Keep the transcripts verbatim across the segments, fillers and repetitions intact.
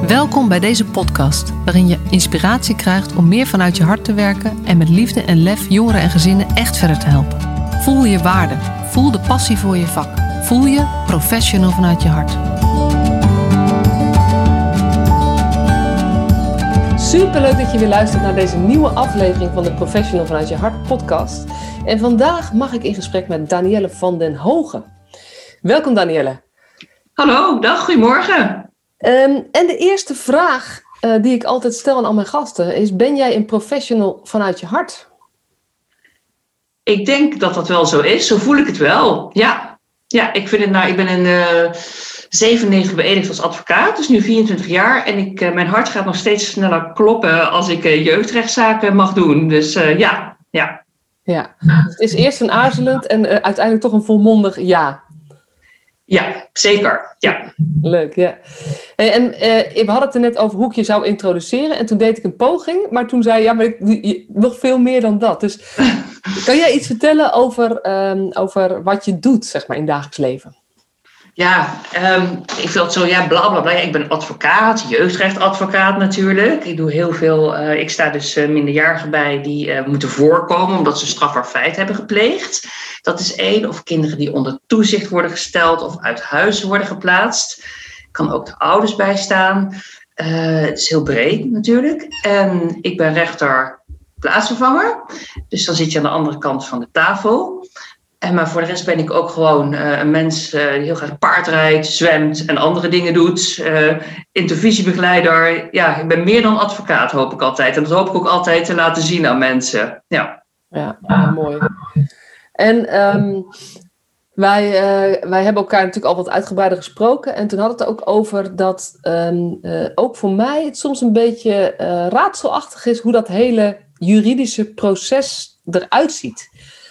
Welkom bij deze podcast, waarin je inspiratie krijgt om meer vanuit je hart te werken en met liefde en lef jongeren en gezinnen echt verder te helpen. Voel je waarde, voel de passie voor je vak, voel je professional vanuit je hart. Superleuk dat je weer luistert naar deze nieuwe aflevering van de Professional vanuit je hart podcast. En vandaag mag ik in gesprek met Danielle van den Hogen. Welkom Danielle. Hallo, dag, goedemorgen. Um, en de eerste vraag uh, die ik altijd stel aan al mijn gasten is: ben jij een professional vanuit je hart? Ik denk dat dat wel zo is, zo voel ik het wel. Ja, ja ik, vind het nou, ik ben in uh, zevenennegentig beëdigd als advocaat, dus nu vierentwintig jaar. En ik, uh, mijn hart gaat nog steeds sneller kloppen als ik uh, jeugdrechtszaken mag doen. Dus uh, ja, ja. Ja, het is eerst een aarzelend en uh, uiteindelijk toch een volmondig ja. Ja, zeker. Ja. Leuk, ja. En, en uh, we hadden het er net over hoe ik je zou introduceren. En toen deed ik een poging. Maar toen zei je, ja, maar ik, je, nog veel meer dan dat. Dus kan jij iets vertellen over, um, over wat je doet, zeg maar, in het dagelijks leven? Ja, um, ik vind het zo, ja, bla bla bla. Ik ben advocaat, jeugdrechtadvocaat natuurlijk. Ik doe heel veel, uh, ik sta dus uh, minderjarigen bij die uh, moeten voorkomen omdat ze een strafbaar feit hebben gepleegd. Dat is één. Of kinderen die onder toezicht worden gesteld of uit huis worden geplaatst. Ik kan ook de ouders bijstaan. Uh, het is heel breed natuurlijk. En ik ben rechter plaatsvervanger. Dus dan zit je aan de andere kant van de tafel. En maar voor de rest ben ik ook gewoon uh, een mens uh, die heel graag paardrijdt, zwemt en andere dingen doet. Uh, intervisiebegeleider. Ja, ik ben meer dan advocaat, hoop ik altijd. En dat hoop ik ook altijd te laten zien aan mensen. Ja, ja, ja mooi. En um, wij, uh, wij hebben elkaar natuurlijk al wat uitgebreider gesproken. En toen had het er ook over dat um, uh, ook voor mij het soms een beetje uh, raadselachtig is hoe dat hele juridische proces eruit ziet.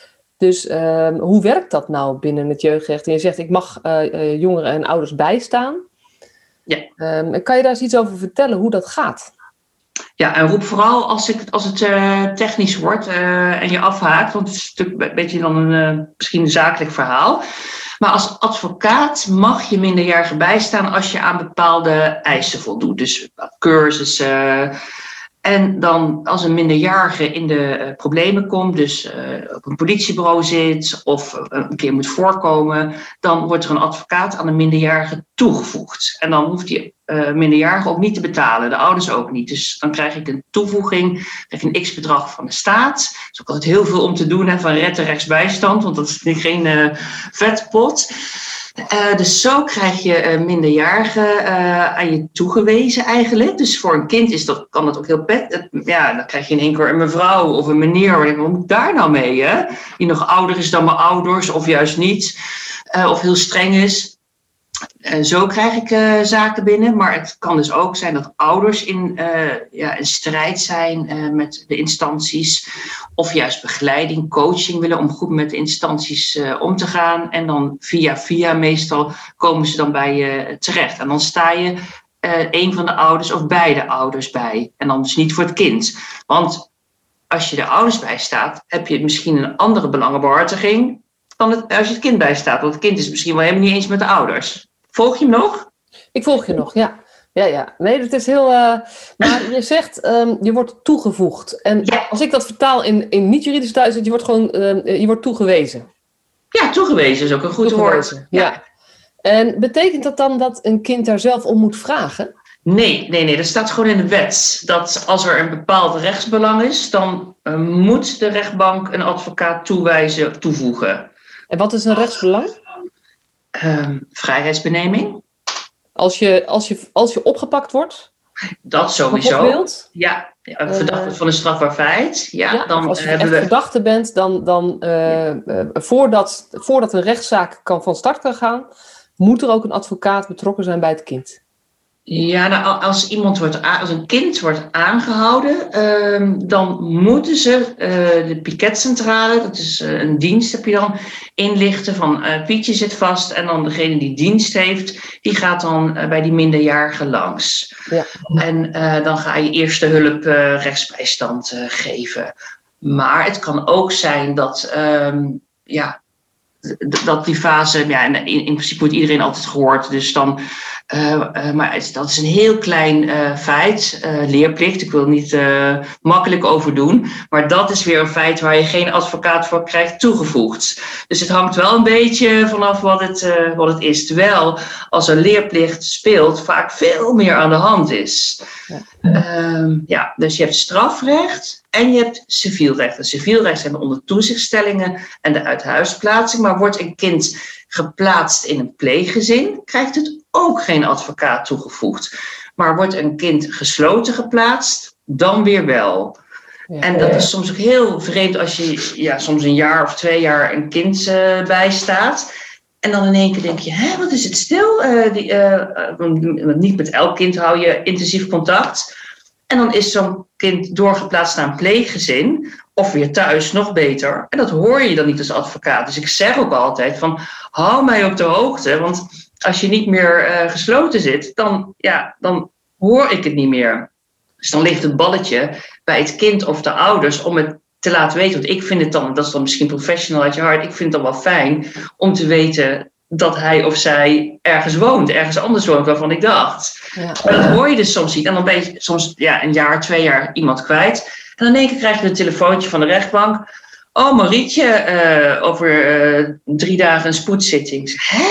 Dus uh, hoe werkt dat nou binnen het jeugdrecht? En je zegt, ik mag uh, uh, jongeren en ouders bijstaan. Ja. Um, kan je daar eens iets over vertellen, hoe dat gaat? Ja, en roep vooral als, ik, als het uh, technisch wordt uh, en je afhaakt. Want het is natuurlijk een beetje dan een, uh, misschien een zakelijk verhaal. Maar als advocaat mag je minderjarigen bijstaan als je aan bepaalde eisen voldoet. Dus cursussen. Uh, En dan als een minderjarige in de uh, problemen komt, dus uh, op een politiebureau zit of uh, een keer moet voorkomen, dan wordt er een advocaat aan de minderjarige toegevoegd. En dan hoeft die uh, minderjarige ook niet te betalen, de ouders ook niet. Dus dan krijg ik een toevoeging, krijg ik een x-bedrag van de staat. Er is ook altijd heel veel om te doen, hè, van red en rechtsbijstand, want dat is geen uh, vetpot. Uh, dus zo krijg je uh, minderjarigen uh, aan je toegewezen eigenlijk. Dus voor een kind is dat, kan dat ook heel pet. Ja, dan krijg je in één keer een mevrouw of een meneer. Wat moet ik daar nou mee? Hè? Die nog ouder is dan mijn ouders of juist niet. Uh, of heel streng is. Uh, zo krijg ik uh, zaken binnen. Maar het kan dus ook zijn dat ouders in, uh, ja, in strijd zijn uh, met de instanties. Of juist begeleiding, coaching willen om goed met de instanties uh, om te gaan. En dan via via meestal komen ze dan bij je terecht. En dan sta je uh, een van de ouders of beide ouders bij. En dan dus niet voor het kind. Want als je de ouders bijstaat, heb je misschien een andere belangenbehartiging dan het, als je het kind bijstaat. Want het kind is misschien wel helemaal niet eens met de ouders. Volg je hem nog? Ik volg je nog, ja. Ja, ja. Nee, dat is heel... Uh, maar je zegt, um, je wordt toegevoegd. En ja. Als ik dat vertaal in, in niet-juridisch thuis, je wordt gewoon uh, je wordt toegewezen. Ja, toegewezen is ook een goed woord. Ja. ja. En betekent dat dan dat een kind daar zelf om moet vragen? Nee, nee, nee. Dat staat gewoon in de wet. Dat als er een bepaald rechtsbelang is, dan uh, moet de rechtbank een advocaat toewijzen, toevoegen. En wat is een rechtsbelang? Uh, vrijheidsbeneming. Als je, als, je, als je opgepakt wordt? Dat sowieso. Ja, verdachte uh, van een strafbaar feit. Ja, ja, dan als je hebben echt we... verdachte bent, dan, dan uh, ja. uh, voordat, voordat een rechtszaak kan van start kan gaan, moet er ook een advocaat betrokken zijn bij het kind. Ja, nou, als iemand wordt a- als een kind wordt aangehouden, uh, dan moeten ze uh, de piketcentrale, dat is uh, een dienst, heb je dan, inlichten van uh, Pietje zit vast en dan degene die dienst heeft, die gaat dan uh, bij die minderjarige langs. Ja. En uh, dan ga je eerste hulp uh, rechtsbijstand uh, geven. Maar het kan ook zijn dat, um, ja, dat die fase, ja, in, in principe wordt iedereen altijd gehoord. Dus dan, uh, uh, maar het, dat is een heel klein uh, feit, uh, leerplicht. Ik wil er niet uh, makkelijk over doen. Maar dat is weer een feit waar je geen advocaat voor krijgt toegevoegd. Dus het hangt wel een beetje vanaf wat het, uh, wat het is. Terwijl als er leerplicht speelt, vaak veel meer aan de hand is. Ja. Uh, ja, dus je hebt strafrecht. En je hebt civielrecht. En civielrecht zijn onder toezichtstellingen en de uithuisplaatsing. Maar wordt een kind geplaatst in een pleeggezin, krijgt het ook geen advocaat toegevoegd. Maar wordt een kind gesloten geplaatst, dan weer wel. Ja. En dat is soms ook heel vreemd als je ja, soms een jaar of twee jaar een kind uh, bijstaat. En dan in één keer denk je, hè, wat is het stil? Uh, die, uh, uh, niet met elk kind hou je intensief contact. En dan is zo'n kind doorgeplaatst naar een pleeggezin. Of weer thuis, nog beter. En dat hoor je dan niet als advocaat. Dus ik zeg ook altijd van, hou mij op de hoogte. Want als je niet meer uh, gesloten zit, dan, ja, dan hoor ik het niet meer. Dus dan ligt het balletje bij het kind of de ouders om het te laten weten. Want ik vind het dan, dat is dan misschien professional uit je hart, ik vind het dan wel fijn om te weten dat hij of zij ergens woont, ergens anders woont waarvan ik dacht. Ja. Maar dat hoor je dus soms niet. En dan ben je soms ja, een jaar, twee jaar iemand kwijt. En dan in één keer krijg je een telefoontje van de rechtbank. Oh, Marietje, uh, over uh, drie dagen een spoedzitting. Hè?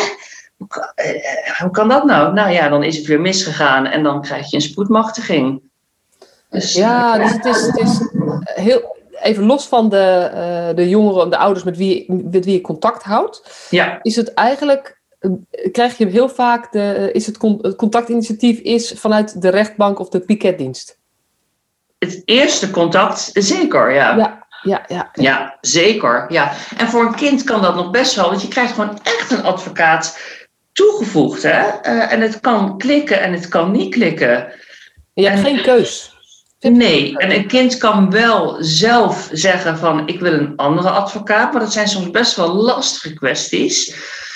Hoe kan dat nou? Nou ja, dan is het weer misgegaan en dan krijg je een spoedmachtiging. Dus, ja, dus het is, het is heel... Even los van de, uh, de jongeren, de ouders met wie, met wie je contact houdt. Ja. Is het eigenlijk, uh, krijg je heel vaak, de, uh, is het, con- het contactinitiatief is vanuit de rechtbank of de piketdienst? Het eerste contact, zeker, ja. Ja, ja, ja. Ja, zeker, ja. En voor een kind kan dat nog best wel, want je krijgt gewoon echt een advocaat toegevoegd, hè. Uh, en het kan klikken en het kan niet klikken. Je hebt en, geen keus. Nee, en een kind kan wel zelf zeggen van ik wil een andere advocaat, maar dat zijn soms best wel lastige kwesties.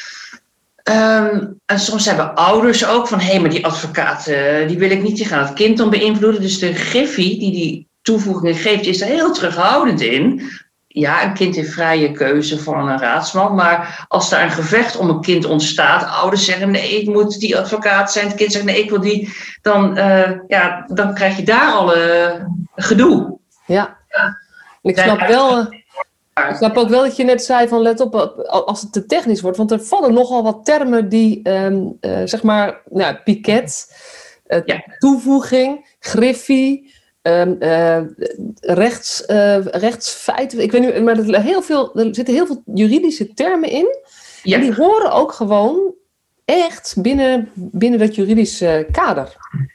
Um, en soms hebben ouders ook van hé, hey, maar die advocaat uh, die wil ik niet, die gaan het kind dan beïnvloeden. Dus de griffie die die toevoegingen geeft is er heel terughoudend in. Ja, een kind heeft vrije keuze van een raadsman, maar als daar een gevecht om een kind ontstaat, ouders zeggen nee, ik moet die advocaat zijn, het kind zegt nee, ik wil die, dan, uh, ja, dan krijg je daar al uh, gedoe. Ja, en ik snap wel, uh, ik snap ook wel dat je net zei van let op als het te technisch wordt, want er vallen nogal wat termen die, um, uh, zeg maar, nou, piket, uh, ja. toevoeging, griffie, Um, uh, rechts, uh, rechtsfeiten, ik weet niet, maar er, heel veel, er zitten heel veel juridische termen in. Ja. En die horen ook gewoon echt binnen, binnen dat juridische kader.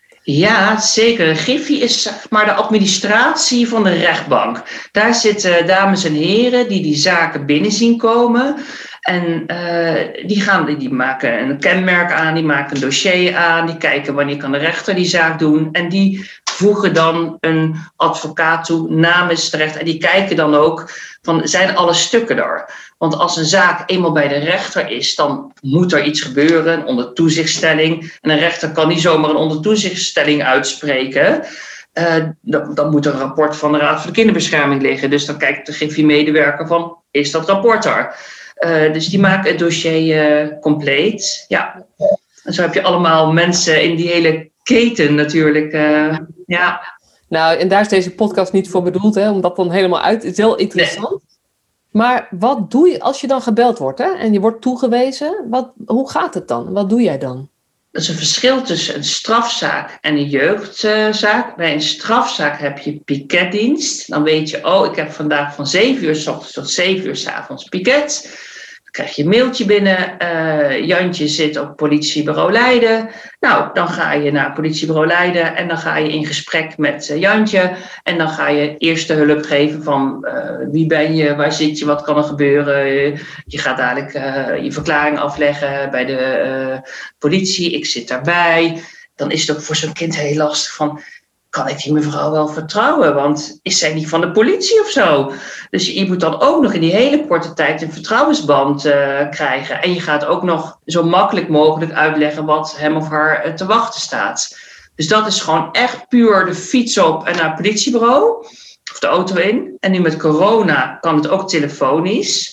Ja, zeker. Griffie is zeg maar de administratie van de rechtbank. Daar zitten dames en heren die die zaken binnen zien komen. En uh, die, gaan, die maken een kenmerk aan, die maken een dossier aan, die kijken wanneer kan de rechter die zaak doen. En die voegen dan een advocaat toe namens de rechter. En die kijken dan ook van zijn alle stukken er. Want als een zaak eenmaal bij de rechter is, dan moet er iets gebeuren, een ondertoezichtstelling. En een rechter kan niet zomaar een ondertoezichtstelling uitspreken. Uh, dan, dan moet er een rapport van de Raad voor de Kinderbescherming liggen. Dus dan kijkt de Griffie-medewerker van, is dat rapport er? Uh, dus die maken het dossier uh, compleet. Ja. En zo heb je allemaal mensen in die hele keten natuurlijk. Uh, ja. Nou, en daar is deze podcast niet voor bedoeld, hè, om dat dan helemaal uit. Het is heel interessant. Nee. Maar wat doe je als je dan gebeld wordt, hè, en je wordt toegewezen? Wat, hoe gaat het dan? Wat doe jij dan? Dat is een verschil tussen een strafzaak en een jeugdzaak. Bij een strafzaak heb je piketdienst. Dan weet je, oh, ik heb vandaag van zeven uur 's ochtends tot zeven uur 's avonds piket. Dan krijg je een mailtje binnen. Uh, Jantje zit op politiebureau Leiden. Nou, dan ga je naar politiebureau Leiden en dan ga je in gesprek met uh, Jantje. En dan ga je eerste hulp geven van uh, wie ben je, waar zit je, wat kan er gebeuren. Uh, je gaat dadelijk uh, je verklaring afleggen bij de uh, politie. Ik zit daarbij. Dan is het ook voor zo'n kind heel lastig van, kan ik die mevrouw wel vertrouwen? Want is zij niet van de politie of zo? Dus je moet dan ook nog in die hele korte tijd een vertrouwensband uh, krijgen. En je gaat ook nog zo makkelijk mogelijk uitleggen wat hem of haar uh, te wachten staat. Dus dat is gewoon echt puur de fiets op en naar het politiebureau. Of de auto in. En nu met corona kan het ook telefonisch.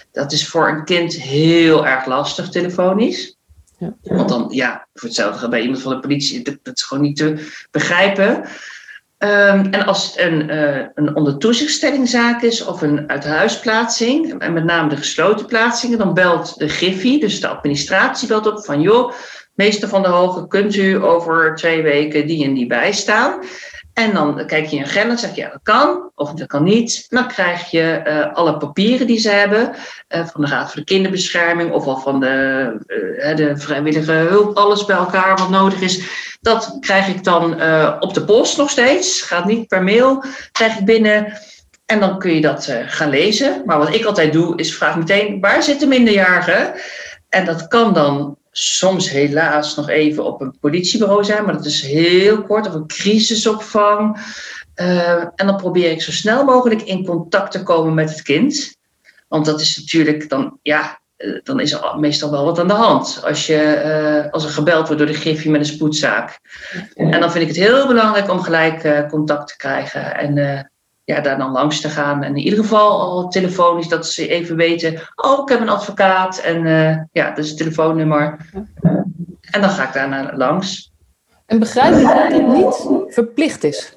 Dat is voor een kind heel erg lastig telefonisch. Ja. Want dan, ja, voor hetzelfde bij iemand van de politie, dat, dat is gewoon niet te begrijpen. Um, en als het een, uh, een onder toezichtstellingzaak is of een uithuisplaatsing, en met name de gesloten plaatsingen, dan belt de Griffie, dus de administratie, belt op van joh, meester Van der Hogen, kunt u over twee weken die en die bijstaan? En dan kijk je in een agenda en zeg je ja, dat kan of dat kan niet. En dan krijg je uh, alle papieren die ze hebben, uh, van de Raad voor de Kinderbescherming of al van de, uh, de vrijwillige hulp, alles bij elkaar wat nodig is. Dat krijg ik dan uh, op de post nog steeds, gaat niet per mail, krijg ik binnen. En dan kun je dat uh, gaan lezen. Maar wat ik altijd doe, is vraag meteen, waar zit de minderjarige? En dat kan dan soms helaas nog even op een politiebureau zijn, maar dat is heel kort, of een crisisopvang. Uh, en dan probeer ik zo snel mogelijk in contact te komen met het kind. Want dat is natuurlijk dan, ja, uh, dan is er meestal wel wat aan de hand. Als, je, uh, als er gebeld wordt door de Griffie met een spoedzaak. Ja. En dan vind ik het heel belangrijk om gelijk uh, contact te krijgen. En uh, ja, daar dan langs te gaan. En in ieder geval al telefonisch, dat ze even weten, oh, ik heb een advocaat. En uh, ja, dat is het telefoonnummer. Uh, en dan ga ik daarna langs. En begrijp je dat het niet verplicht is?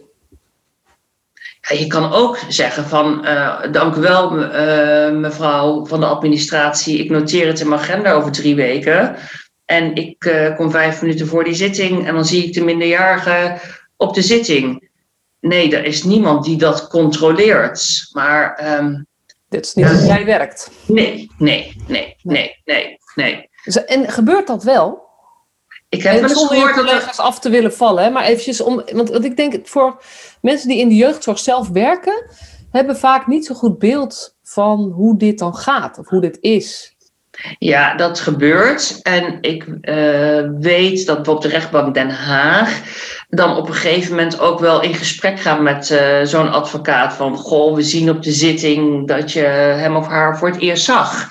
Ja, je kan ook zeggen van, uh, dank u wel uh, mevrouw van de administratie, ik noteer het in mijn agenda over drie weken. En ik uh, kom vijf minuten voor die zitting en dan zie ik de minderjarige op de zitting. Nee, er is niemand die dat controleert. Maar um, dit is niet hoe jij werkt. Nee, nee, nee, nee, nee, nee. En gebeurt dat wel? Ik heb wel eens gehoord dat collega's af te willen vallen, hè? Maar eventjes om, want, want ik denk voor mensen die in de jeugdzorg zelf werken, hebben vaak niet zo goed beeld van hoe dit dan gaat of hoe dit is. Ja, dat gebeurt. En ik uh, weet dat we op de rechtbank Den Haag dan op een gegeven moment ook wel in gesprek gaan met uh, zo'n advocaat van, goh, we zien op de zitting dat je hem of haar voor het eerst zag.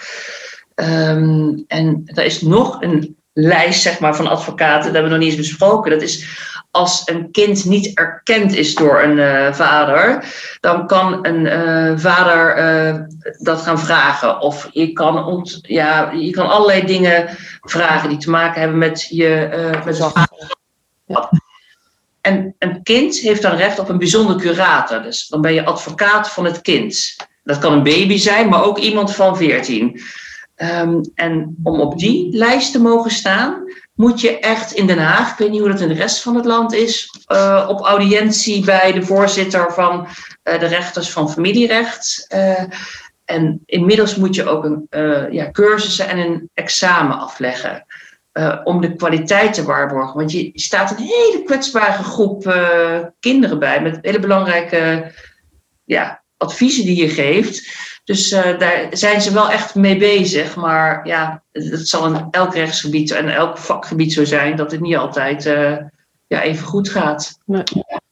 Um, en er is nog een lijst, zeg maar, van advocaten, dat hebben we nog niet eens besproken. Dat is als een kind niet erkend is door een uh, vader, dan kan een uh, vader uh, dat gaan vragen. Of je kan, ont, ja, je kan allerlei dingen vragen die te maken hebben met je uh, met vader. Ja. En een kind heeft dan recht op een bijzonder curator. Dus dan ben je advocaat van het kind. Dat kan een baby zijn, maar ook iemand van veertien. Um, en om op die lijst te mogen staan, moet je echt in Den Haag, ik weet niet hoe dat in de rest van het land is, uh, op audiëntie bij de voorzitter van uh, de rechters van familierecht. Uh, en inmiddels moet je ook een uh, ja, cursussen en een examen afleggen. Uh, om de kwaliteit te waarborgen. Want je staat een hele kwetsbare groep uh, kinderen bij, met hele belangrijke ja, adviezen die je geeft. Dus uh, daar zijn ze wel echt mee bezig. Maar ja, het zal in elk rechtsgebied en elk vakgebied zo zijn dat het niet altijd uh, ja, even goed gaat. Nee.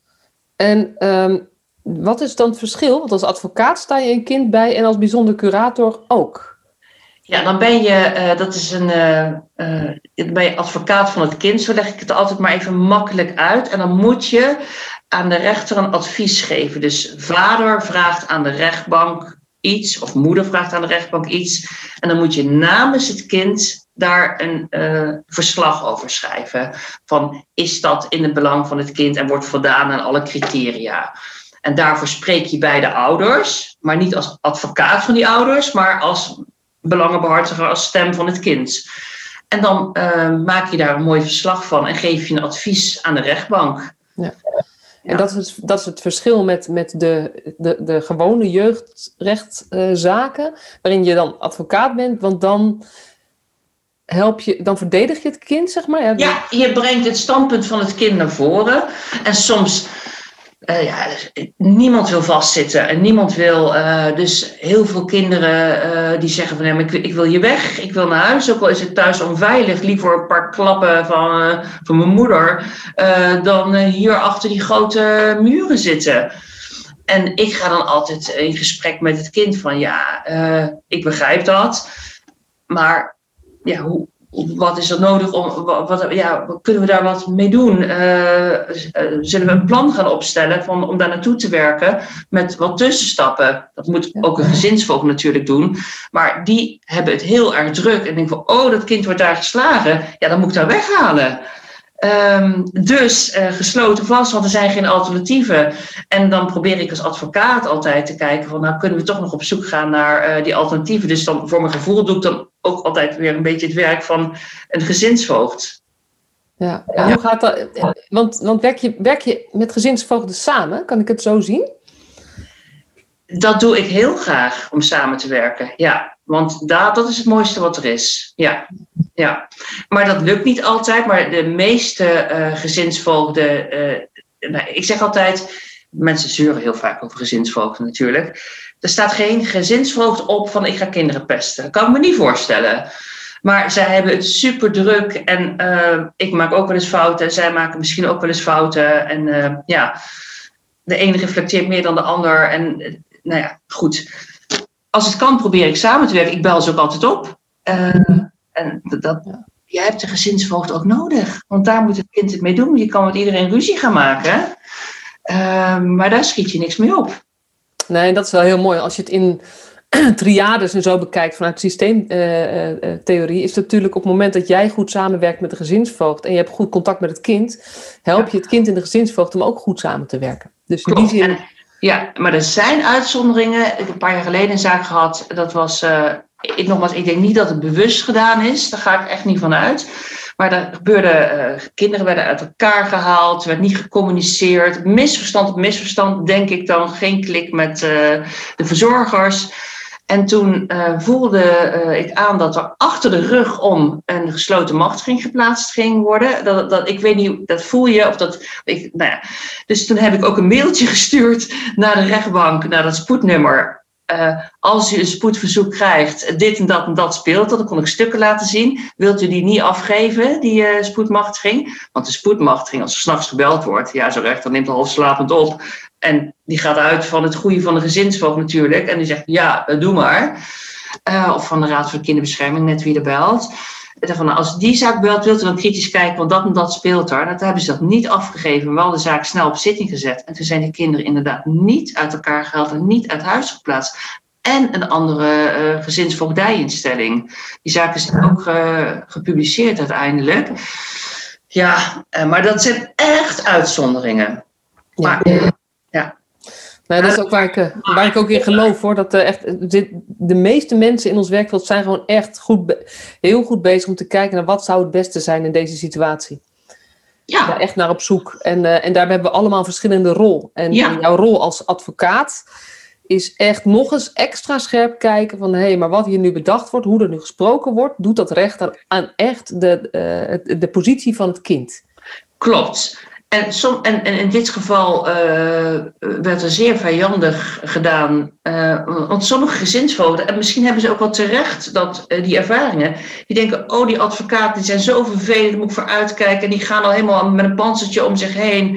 En um, wat is dan het verschil? Want als advocaat sta je een kind bij en als bijzonder curator ook. Ja, dan ben je, uh, dat is een, uh, uh, dan ben je advocaat van het kind. Zo leg ik het altijd maar even makkelijk uit. En dan moet je aan de rechter een advies geven. Dus vader vraagt aan de rechtbank iets, of moeder vraagt aan de rechtbank iets. En dan moet je namens het kind daar een uh, verslag over schrijven. Van, is dat in het belang van het kind en wordt voldaan aan alle criteria? En daarvoor spreek je bij de ouders, maar niet als advocaat van die ouders, maar als belangenbehartiger, als stem van het kind. En dan uh, maak je daar een mooi verslag van en geef je een advies aan de rechtbank. Ja. En ja. dat, is het, dat is het verschil met, met de, de, de gewone jeugdrechtzaken, uh, waarin je dan advocaat bent, want dan help je, dan verdedig je het kind, zeg maar. Ja, ja, je brengt het standpunt van het kind naar voren. En soms, uh, ja, niemand wil vastzitten en niemand wil, uh, dus heel veel kinderen uh, die zeggen van, ja, ik, ik wil hier weg, ik wil naar huis, ook al is het thuis onveilig, liever een paar klappen van, uh, van mijn moeder, uh, dan uh, hier achter die grote muren zitten. En ik ga dan altijd in gesprek met het kind van, ja, uh, ik begrijp dat, maar ja, hoe, wat is er nodig om, wat, ja, kunnen we daar wat mee doen? Uh, zullen we een plan gaan opstellen van, om daar naartoe te werken met wat tussenstappen? Dat moet ook een gezinsvoogd natuurlijk doen. Maar die hebben het heel erg druk en denken van, oh, dat kind wordt daar geslagen. Ja, dan moet ik daar weghalen. Um, dus uh, gesloten vast, want er zijn geen alternatieven. En dan probeer ik als advocaat altijd te kijken van, nou kunnen we toch nog op zoek gaan naar uh, die alternatieven. Dus dan voor mijn gevoel doe ik dan ook altijd weer een beetje het werk van een gezinsvoogd. Ja, en hoe gaat dat? Want, want werk, je, werk je met gezinsvoogden samen? Kan ik het zo zien? Dat doe ik heel graag, om samen te werken, ja. Want dat, dat is het mooiste wat er is, ja. ja. Maar dat lukt niet altijd, maar de meeste uh, gezinsvoogden... Uh, nou, ik zeg altijd, mensen zeuren heel vaak over gezinsvoogden natuurlijk. Er staat geen gezinsvoogd op van ik ga kinderen pesten. Dat kan ik me niet voorstellen. Maar zij hebben het super druk en uh, ik maak ook wel eens fouten. En zij maken misschien ook wel eens fouten. En uh, ja, de ene reflecteert meer dan de ander. En uh, nou ja, goed. Als het kan, probeer ik samen te werken. Ik bel ze ook altijd op. Uh, en dat, jij hebt de gezinsvoogd ook nodig. Want daar moet het kind het mee doen. Je kan met iedereen ruzie gaan maken. Uh, maar daar schiet je niks mee op. Nee, dat is wel heel mooi. Als je het in triades en zo bekijkt vanuit systeemtheorie, uh, uh, is het natuurlijk op het moment dat jij goed samenwerkt met de gezinsvoogd en je hebt goed contact met het kind, help je het kind en de gezinsvoogd om ook goed samen te werken. Dus in die zin... En, ja, maar er zijn uitzonderingen. Ik heb een paar jaar geleden een zaak gehad. Dat was, uh, ik, nogmaals, ik denk niet dat het bewust gedaan is. Daar ga ik echt niet van uit. Maar er gebeurde, uh, kinderen werden uit elkaar gehaald, er werd niet gecommuniceerd. Misverstand op misverstand, denk ik dan. Geen klik met uh, de verzorgers. En toen uh, voelde uh, ik aan dat er achter de rug om een gesloten machtiging geplaatst ging worden. Dat, dat, ik weet niet, dat voel je. Of dat, ik, nou ja. Dus toen heb ik ook een mailtje gestuurd naar de rechtbank, naar dat spoednummer. Uh, als u een spoedverzoek krijgt, dit en dat en dat speelt, dan kon ik stukken laten zien. Wilt u die niet afgeven, die uh, spoedmachtiging? Want de spoedmachtiging, als er 's nachts gebeld wordt, ja, zo recht, dan neemt hij half slapend op. En die gaat uit van het goede van de gezinsvoogd natuurlijk. En die zegt, ja, doe maar. Uh, of van de Raad voor Kinderbescherming, net wie er belt. Van, nou, als die zaak belt, wilt u dan kritisch kijken, want dat en dat speelt er. Dat hebben ze dat niet afgegeven, wel de zaak snel op zitting gezet. En toen zijn die kinderen inderdaad niet uit elkaar gehaald en niet uit huis geplaatst. En een andere uh, gezinsvoogdijinstelling. Die zaak is ook uh, gepubliceerd uiteindelijk. Ja, uh, maar dat zijn echt uitzonderingen. Maar, uh, ja. Nou, dat is ook waar ik, waar ik ook in geloof, hoor. Dat uh, echt, de, de meeste mensen in ons werkveld zijn gewoon echt goed be- heel goed bezig om te kijken naar wat zou het beste zijn in deze situatie. Ja. Daar echt naar op zoek. En, uh, en daar hebben we allemaal een verschillende rol. En, ja. en jouw rol als advocaat is echt nog eens extra scherp kijken van, hé, hey, maar wat hier nu bedacht wordt, hoe er nu gesproken wordt, doet dat recht aan, aan echt de, uh, de positie van het kind. Klopt. En, som, en, en in dit geval uh, werd er zeer vijandig gedaan. Uh, want sommige gezinsvoogden, en misschien hebben ze ook wel terecht dat, uh, die ervaringen, die denken, oh, die advocaten die zijn zo vervelend, daar moet ik voor uitkijken. En die gaan al helemaal met een panzertje om zich heen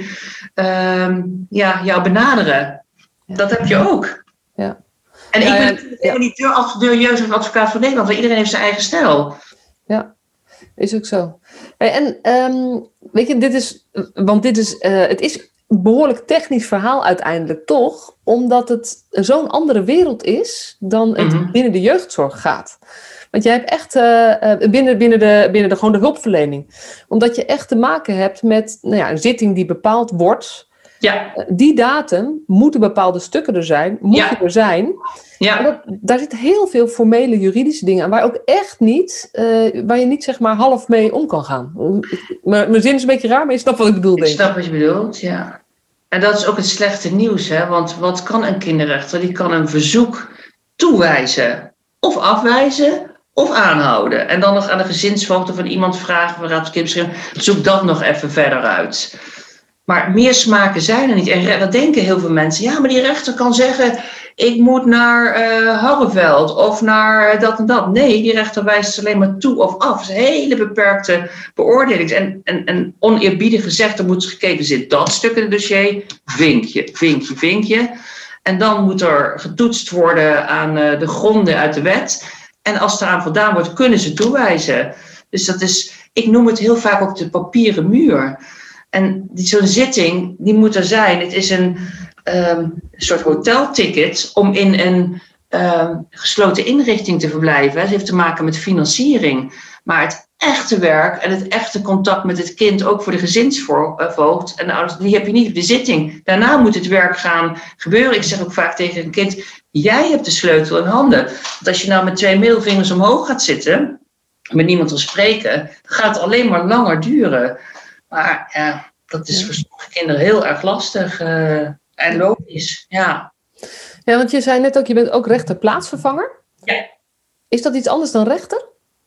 uh, ja, jou benaderen. Ja. Dat heb je ook. Ja. En ja, ik ben ja. niet de jeugd advocaat van Nederland, want iedereen heeft zijn eigen stijl. Ja. Is ook zo. En um, weet je, dit is, want dit is, uh, het is een behoorlijk technisch verhaal uiteindelijk toch, omdat het zo'n andere wereld is dan het mm-hmm. binnen de jeugdzorg gaat. Want jij hebt echt uh, binnen, binnen, de, binnen de, gewoon de hulpverlening, omdat je echt te maken hebt met nou ja, een zitting die bepaald wordt. Ja. Die datum moeten bepaalde stukken er zijn, moet ja. er zijn. Ja. Dat, daar zitten heel veel formele juridische dingen aan, waar ook echt niet, uh, waar je niet zeg maar half mee om kan gaan. Maar, mijn zin is een beetje raar, maar je snapt wat ik bedoel, denk ik. Ik snap wat je bedoelt, ja. En dat is ook het slechte nieuws, hè? Want wat kan een kinderrechter? Die kan een verzoek toewijzen, of afwijzen, of aanhouden. En dan nog aan de gezinsvoogd of aan iemand vragen van Raad voor Kinderbescherming, zoek dat nog even verder uit. Maar meer smaken zijn er niet. En dat denken heel veel mensen. Ja, maar die rechter kan zeggen, ik moet naar uh, Harreveld of naar dat en dat. Nee, die rechter wijst alleen maar toe of af. Het is een hele beperkte beoordeling. En, en, en oneerbiedig gezegd, er moet gekeken zitten dat stuk in het dossier. Vinkje, vinkje, vinkje. En dan moet er getoetst worden aan uh, de gronden uit de wet. En als eraan voldaan wordt, kunnen ze toewijzen. Dus dat is, ik noem het heel vaak ook de papieren muur. En die, zo'n zitting, die moet er zijn. Het is een um, soort hotelticket om in een um, gesloten inrichting te verblijven. Het heeft te maken met financiering. Maar het echte werk en het echte contact met het kind, ook voor de gezinsvoogd en de ouders, die heb je niet op de zitting. Daarna moet het werk gaan gebeuren. Ik zeg ook vaak tegen een kind, jij hebt de sleutel in handen. Want als je nou met twee middelvingers omhoog gaat zitten, met niemand wil spreken, dan gaat het alleen maar langer duren. Maar ja, dat is voor sommige kinderen heel erg lastig uh, en logisch. Ja. Ja, want je zei net ook, je bent ook rechter-plaatsvervanger. Ja. Is dat iets anders dan rechter?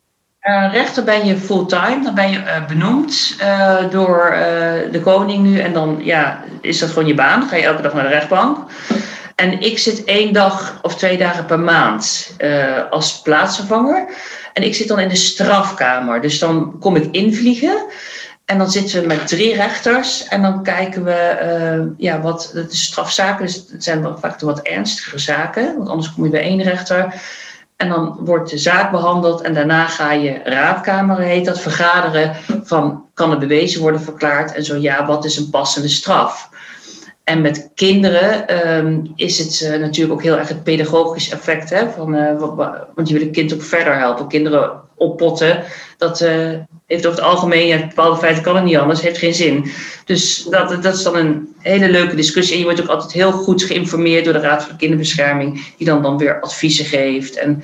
Uh, rechter ben je fulltime, dan ben je uh, benoemd uh, door uh, de koning nu. En dan ja, is dat gewoon je baan. Dan ga je elke dag naar de rechtbank. En ik zit één dag of twee dagen per maand uh, als plaatsvervanger. En ik zit dan in de strafkamer. Dus dan kom ik invliegen. En dan zitten we met drie rechters. En dan kijken we, uh, ja, wat de strafzaken. Dus het zijn wel vaak de wat ernstigere zaken. Want anders kom je bij één rechter. En dan wordt de zaak behandeld en daarna ga je raadkamer, heet dat, vergaderen van kan er bewezen worden verklaard en zo ja, wat is een passende straf. En met kinderen um, is het uh, natuurlijk ook heel erg het pedagogisch effect, hè, van, uh, want je wil een kind ook verder helpen. Kinderen oppotten, dat uh, heeft over het algemeen, ja, bepaalde feiten kan het niet anders, heeft geen zin. Dus dat, dat is dan een hele leuke discussie. En je wordt ook altijd heel goed geïnformeerd door de Raad voor de Kinderbescherming, die dan, dan weer adviezen geeft. En,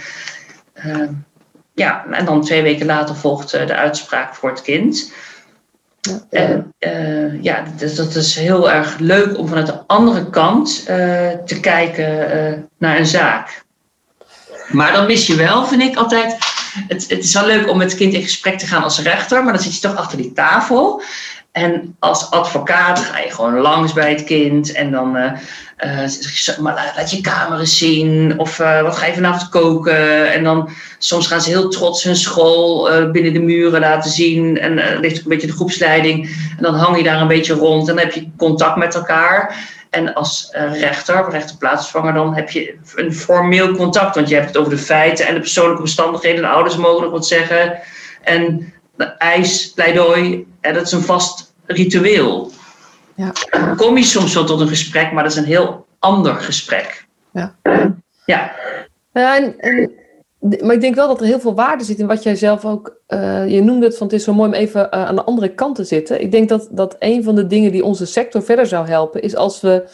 uh, ja, en dan twee weken later volgt uh, de uitspraak voor het kind. Ja, en uh, ja, dat, dat is heel erg leuk om vanuit de andere kant uh, te kijken uh, naar een zaak. Maar dan mis je wel, vind ik altijd, het, het is wel leuk om met het kind in gesprek te gaan als rechter, maar dan zit je toch achter die tafel. En als advocaat ga je gewoon langs bij het kind en dan uh, uh, maar laat je kamer eens zien of uh, wat ga je vanavond koken. En dan soms gaan ze heel trots hun school uh, binnen de muren laten zien en uh, ligt ook een beetje de groepsleiding. En dan hang je daar een beetje rond en dan heb je contact met elkaar. En als uh, rechter, rechterplaatsvervanger, dan heb je een formeel contact. Want je hebt het over de feiten en de persoonlijke omstandigheden. De ouders mogen nog wat zeggen. En de eis, pleidooi, en dat is een vast ritueel. Ja. Dan kom je soms wel tot een gesprek, maar dat is een heel ander gesprek. Ja. Ja. Ja en, en, maar ik denk wel dat er heel veel waarde zit in wat jij zelf ook... Uh, je noemde het van het is zo mooi om even uh, aan de andere kant te zitten. Ik denk dat, dat een van de dingen die onze sector verder zou helpen... is als we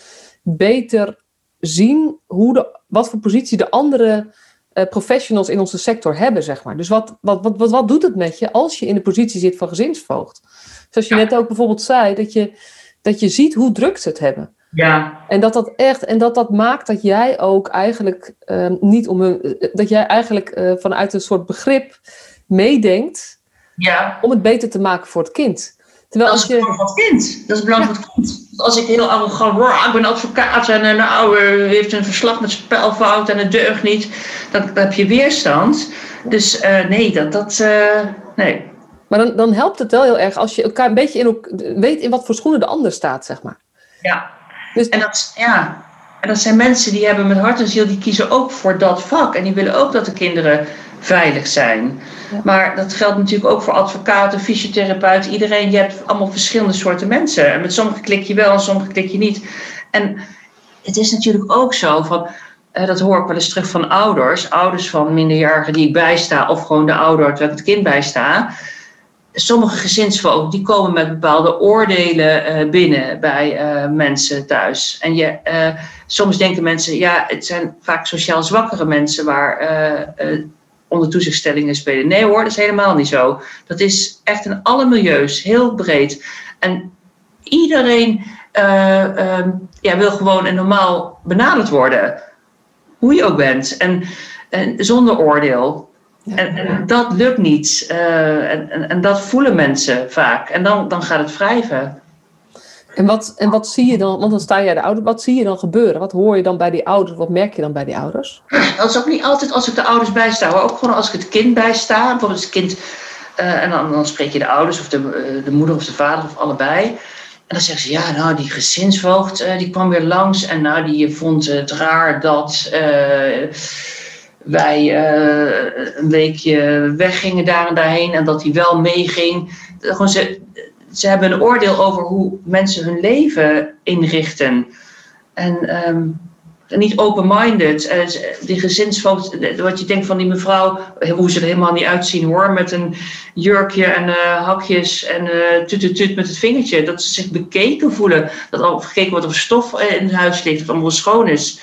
beter zien hoe de, wat voor positie de andere uh, professionals in onze sector hebben, zeg maar. Dus wat, wat, wat, wat, wat doet het met je als je in de positie zit van gezinsvoogd? Zoals je ja. net ook bijvoorbeeld zei, dat je, dat je ziet hoe druk ze het hebben. Ja. En dat dat echt, en dat dat maakt dat jij ook eigenlijk uh, niet om hun, uh, dat jij eigenlijk uh, vanuit een soort begrip meedenkt ja. om het beter te maken voor het kind. Terwijl dat is belangrijk voor het kind. Dat is belangrijk ja. voor het kind. Als ik heel arrogant word, ik ben advocaat en een oude heeft een verslag met spelfout en het deugt niet, dan, dan heb je weerstand. Dus uh, nee, dat, dat uh, nee. Maar dan, dan helpt het wel heel erg als je elkaar een beetje in ook weet in wat voor schoenen de ander staat, zeg maar. Ja. Dus, en, dat, ja. en dat zijn mensen die hebben met hart en ziel, die kiezen ook voor dat vak. En die willen ook dat de kinderen veilig zijn. Ja. Maar dat geldt natuurlijk ook voor advocaten, fysiotherapeuten, iedereen. Je hebt allemaal verschillende soorten mensen. En met sommigen klik je wel en sommigen klik je niet. En het is natuurlijk ook zo van... Uh, dat hoor ik wel eens terug van ouders. Ouders van minderjarigen die ik bijsta. Of gewoon de ouder terwijl ik het kind bijsta. Sommige gezinsvoogden die komen met bepaalde oordelen uh, binnen bij uh, mensen thuis. En je, uh, soms denken mensen, ja, het zijn vaak sociaal zwakkere mensen waar uh, uh, onder toezichtstellingen spelen. Nee hoor, dat is helemaal niet zo. Dat is echt in alle milieus, heel breed. En iedereen uh, uh, ja, wil gewoon en normaal benaderd worden. Hoe je ook bent. En, en zonder oordeel. Ja. En, en dat lukt niet. Uh, en, en, en dat voelen mensen vaak. En dan, dan gaat het wrijven. En wat, en wat zie je dan, want dan sta jij de ouders, wat zie je dan gebeuren? Wat hoor je dan bij die ouders? Wat merk je dan bij die ouders? Dat is ook niet altijd als ik de ouders bijsta, maar ook gewoon als ik het kind bijsta. Bijvoorbeeld het kind, uh, en dan, dan spreek je de ouders of de, uh, de moeder of de vader of allebei. En dan zeggen ze, ja, nou, die gezinsvoogd, uh, die kwam weer langs en nou, die vond het raar dat... Uh, wij uh, een weekje weggingen daar en daarheen en dat hij wel meeging. Gewoon ze, ze hebben een oordeel over hoe mensen hun leven inrichten. En um, niet open-minded. Uh, die gezinsfoto's, wat je denkt van die mevrouw, hoe ze er helemaal niet uitzien hoor, met een jurkje en uh, hakjes en uh, tut-tut-tut met het vingertje. Dat ze zich bekeken voelen. Dat al gekeken wordt of stof in het huis ligt, dat het allemaal schoon is.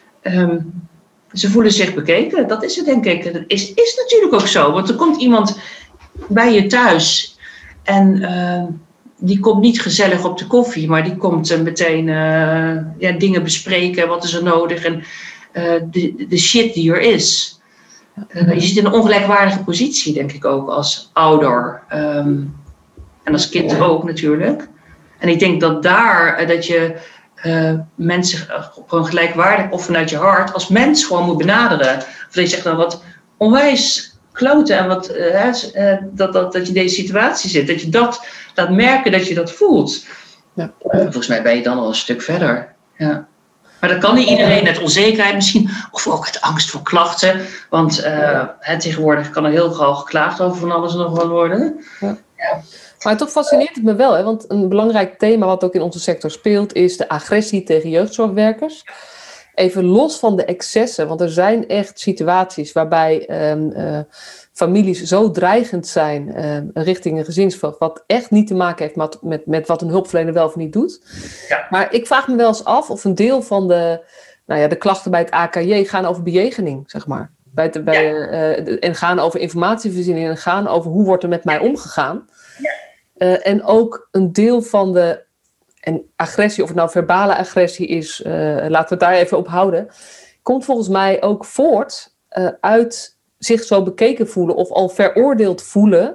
Um, ze voelen zich bekeken, dat is het denk ik. Dat is, is natuurlijk ook zo, want er komt iemand bij je thuis en uh, die komt niet gezellig op de koffie, maar die komt uh, meteen uh, ja, dingen bespreken, wat is er nodig en uh, de, de shit die er is. Uh, je zit in een ongelijkwaardige positie, denk ik ook, als ouder. Um, en als kind ook natuurlijk. En ik denk dat daar, uh, dat je uh, mensen gewoon gelijkwaardig of vanuit je hart als mens gewoon moet benaderen. Of dat je zegt dan wat onwijs kloten en wat, uh, uh, dat, dat, dat je in deze situatie zit. Dat je dat laat merken, dat je dat voelt. Ja. Uh, volgens mij ben je dan al een stuk verder. Ja. Maar dat kan niet iedereen, uit onzekerheid misschien, of ook uit angst voor klachten. Want uh, hè, tegenwoordig kan er heel gauw geklaagd over van alles en nog wat worden. Ja. Ja. Maar toch fascineert het me wel, hè? Want een belangrijk thema wat ook in onze sector speelt, is de agressie tegen jeugdzorgwerkers. Even los van de excessen, want er zijn echt situaties waarbij um, uh, families zo dreigend zijn uh, richting een gezinsvoogd, wat echt niet te maken heeft met, met, met wat een hulpverlener wel of niet doet. Ja. Maar ik vraag me wel eens af of een deel van de, nou ja, de klachten bij het A K J gaan over bejegening, zeg maar. Bij het, bij, ja. uh, en gaan over informatievoorziening en gaan over hoe wordt er met mij omgegaan. Ja. Uh, en ook een deel van de en agressie, of het nou verbale agressie is, uh, laten we het daar even op houden, komt volgens mij ook voort uh, uit zich zo bekeken voelen of al veroordeeld voelen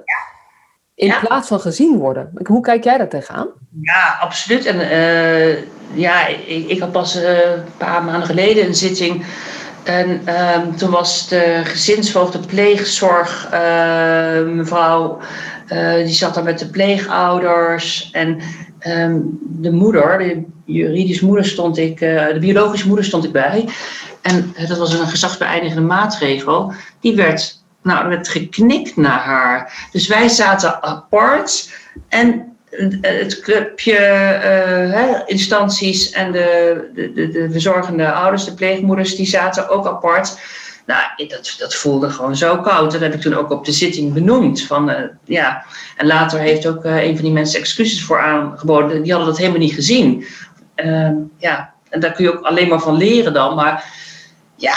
in ja. plaats van gezien worden. Hoe kijk jij daar tegenaan? Ja, absoluut. En uh, ja, ik, ik had pas uh, een paar maanden geleden een zitting en uh, toen was de gezinsvoogd, de pleegzorg, uh, mevrouw, uh, die zat daar met de pleegouders en Um, de moeder, de juridische moeder stond ik, uh, de biologische moeder stond ik bij. En uh, dat was een gezagsbeëindigende maatregel. Die werd, nou, er werd geknikt naar haar. Dus wij zaten apart en uh, het clubje uh, hè, instanties en de, de, de, de verzorgende ouders, de pleegmoeders, die zaten ook apart. Nou, dat, dat voelde gewoon zo koud. Dat heb ik toen ook op de zitting benoemd. Van, uh, ja. En later heeft ook uh, een van die mensen excuses voor aangeboden. Die hadden dat helemaal niet gezien. Uh, ja, en daar kun je ook alleen maar van leren dan. Maar ja,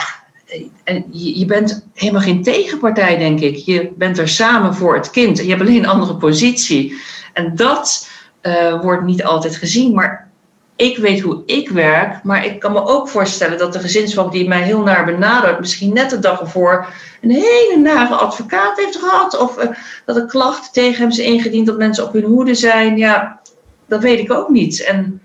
en je, je bent helemaal geen tegenpartij, denk ik. Je bent er samen voor het kind. En je hebt alleen een andere positie. En dat uh, wordt niet altijd gezien. Maar ik weet hoe ik werk, maar ik kan me ook voorstellen dat de gezinsvoogd die mij heel naar benadert, misschien net de dag ervoor een hele nare advocaat heeft gehad, of uh, dat er klachten tegen hem zijn ingediend, dat mensen op hun hoede zijn. Ja, dat weet ik ook niet. En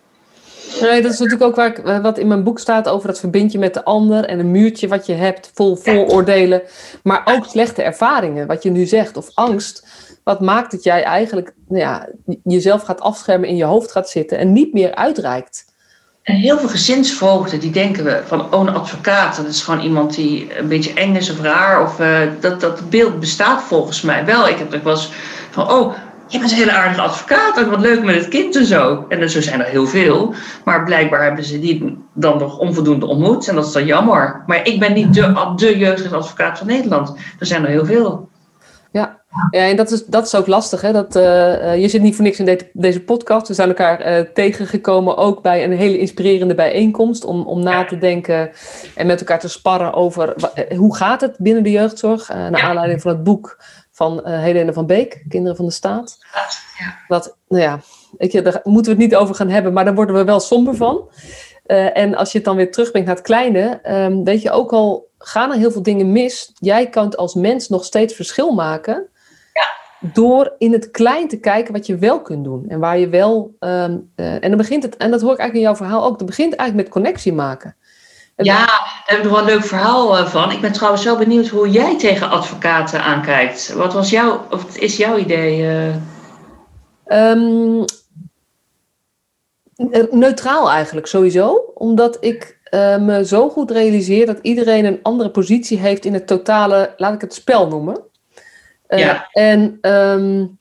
nee, dat is natuurlijk ook waar ik, wat in mijn boek staat over dat verbindje met de ander en een muurtje wat je hebt vol vooroordelen, maar ook slechte ervaringen, wat je nu zegt, of angst. Wat maakt dat jij eigenlijk nou ja, jezelf gaat afschermen, in je hoofd gaat zitten en niet meer uitreikt? En heel veel gezinsvoogden die denken we van oh, een advocaat, dat is gewoon iemand die een beetje eng is of raar. Of, uh, dat, dat beeld bestaat volgens mij wel. Ik heb ook wel eens van oh, je bent een hele aardige advocaat en wat leuk met het kind en zo. En zo zijn er heel veel. Maar blijkbaar hebben ze die dan nog onvoldoende ontmoet en dat is dan jammer. Maar ik ben niet de, de jeugdadvocaat van Nederland. Er zijn er heel veel. Ja. Ja, en dat is, dat is ook lastig. Hè? Dat, uh, je zit niet voor niks in de, deze podcast. We zijn elkaar uh, tegengekomen ook bij een hele inspirerende bijeenkomst. Om, om na te denken en met elkaar te sparren over uh, hoe gaat het binnen de jeugdzorg. Uh, naar aanleiding van het boek van uh, Helene van Beek, Kinderen van de Staat. Ja. Dat, nou ja, ik, daar moeten we het niet over gaan hebben, maar daar worden we wel somber van. Uh, en als je het dan weer terugbrengt naar het kleine, um, weet je ook al, gaan er heel veel dingen mis. Jij kan als mens nog steeds verschil maken. Door in het klein te kijken wat je wel kunt doen. En waar je wel... Um, uh, en dan begint het... En dat hoor ik eigenlijk in jouw verhaal ook. Het begint eigenlijk met connectie maken. En ja, daar heb ik nog wel een leuk verhaal uh, van. Ik ben trouwens wel benieuwd hoe jij tegen advocaten aankijkt. Wat was jouw... Of is jouw idee? Uh... Um, neutraal eigenlijk, sowieso. Omdat ik uh, me zo goed realiseer dat iedereen een andere positie heeft in het totale, laat ik het spel noemen. Uh, ja. En um,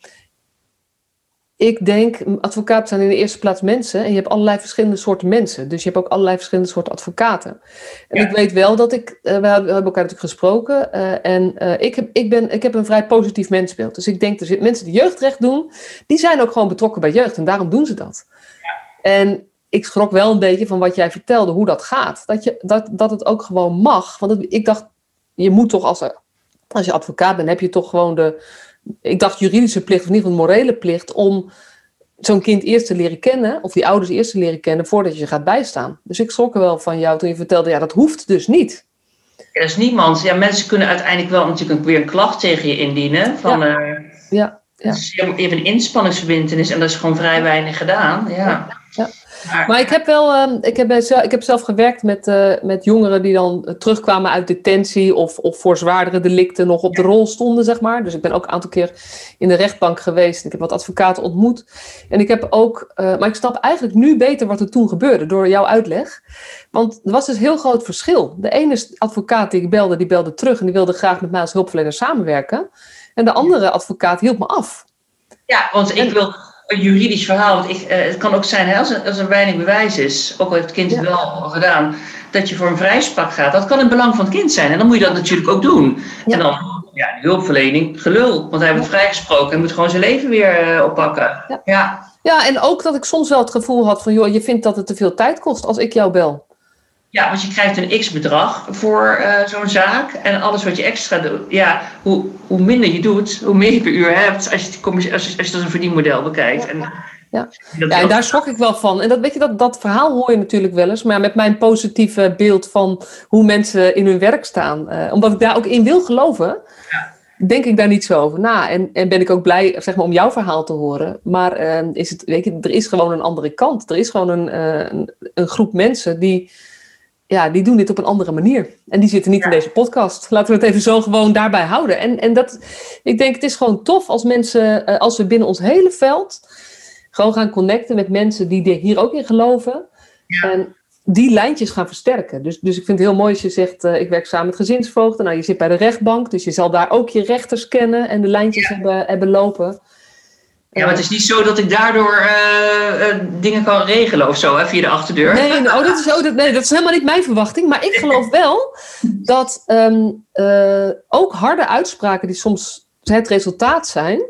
ik denk, advocaten zijn in de eerste plaats mensen en je hebt allerlei verschillende soorten mensen. Dus je hebt ook allerlei verschillende soorten advocaten. En ja. ik weet wel dat ik, uh, we hebben elkaar natuurlijk gesproken uh, en uh, ik, heb, ik, ben, ik heb een vrij positief mensbeeld. Dus ik denk, er zitten mensen die jeugdrecht doen, die zijn ook gewoon betrokken bij jeugd en daarom doen ze dat. Ja. En ik schrok wel een beetje van wat jij vertelde, hoe dat gaat. Dat, je, dat, dat het ook gewoon mag. Want het, ik dacht, je moet toch als, als je advocaat bent, heb je toch gewoon de... Ik dacht juridische plicht, of in ieder geval morele plicht, om zo'n kind eerst te leren kennen, of die ouders eerst te leren kennen, voordat je ze gaat bijstaan. Dus ik schrok er wel van jou toen je vertelde, ja, dat hoeft dus niet. Er is niemand. Ja, mensen kunnen uiteindelijk wel natuurlijk weer een klacht tegen je indienen. Van, ja. Uh, ja. Ja. Dus je hebt een inspanningsverbintenis en dat is gewoon vrij weinig gedaan. Ja. Ja. Ja. Maar, maar ik heb wel, uh, ik, heb zelf, ik heb zelf gewerkt met, uh, met jongeren die dan uh, terugkwamen uit detentie of, of voor zwaardere delicten nog op de rol stonden, zeg maar. Dus ik ben ook een aantal keer in de rechtbank geweest. Ik heb wat advocaten ontmoet. En ik heb ook, uh, maar ik snap eigenlijk nu beter wat er toen gebeurde door jouw uitleg. Want er was dus een heel groot verschil. De ene advocaat die ik belde, die belde terug en die wilde graag met mij als hulpverlener samenwerken. En de andere advocaat hield me af. Ja, want ik wil een juridisch verhaal. Want ik, uh, het kan ook zijn, hè, als, er, als er weinig bewijs is, ook al heeft het kind het ja. wel al gedaan, dat je voor een vrijspraak gaat. Dat kan in het belang van het kind zijn. En dan moet je dat natuurlijk ook doen. Ja. En dan, ja, de hulpverlening, gelul. Want hij wordt ja. vrijgesproken en moet gewoon zijn leven weer uh, oppakken. Ja. Ja. ja, en ook dat ik soms wel het gevoel had van, joh, je vindt dat het te veel tijd kost als ik jou bel. Ja, want je krijgt een x-bedrag voor uh, zo'n zaak. En alles wat je extra doet. Ja, hoe, hoe minder je doet, hoe meer je per uur hebt. Als je het, als je, als je het als een verdienmodel bekijkt. En, ja, ja. ja en daar schrok ik wel van. En dat, weet je, dat, dat verhaal hoor je natuurlijk wel eens. Maar ja, met mijn positieve beeld van hoe mensen in hun werk staan. Uh, omdat ik daar ook in wil geloven. Ja. Denk ik daar niet zo over na. En, en ben ik ook blij, zeg maar, om jouw verhaal te horen. Maar uh, is het, weet je, er is gewoon een andere kant. Er is gewoon een, uh, een, een groep mensen die... Ja, die doen dit op een andere manier. En die zitten niet ja. in deze podcast. Laten we het even zo gewoon daarbij houden. En, en dat, ik denk, het is gewoon tof als mensen, als we binnen ons hele veld gewoon gaan connecten met mensen die hier ook in geloven. Ja. En die lijntjes gaan versterken. Dus, dus ik vind het heel mooi als je zegt, uh, ik werk samen met gezinsvoogden. Nou, je zit bij de rechtbank, dus je zal daar ook je rechters kennen en de lijntjes ja. hebben, hebben lopen. Ja, maar het is niet zo dat ik daardoor uh, uh, dingen kan regelen of zo, hè, via de achterdeur. Nee, nee, oh, dat is, oh, dat, nee, dat is helemaal niet mijn verwachting. Maar ik geloof wel dat um, uh, ook harde uitspraken die soms het resultaat zijn,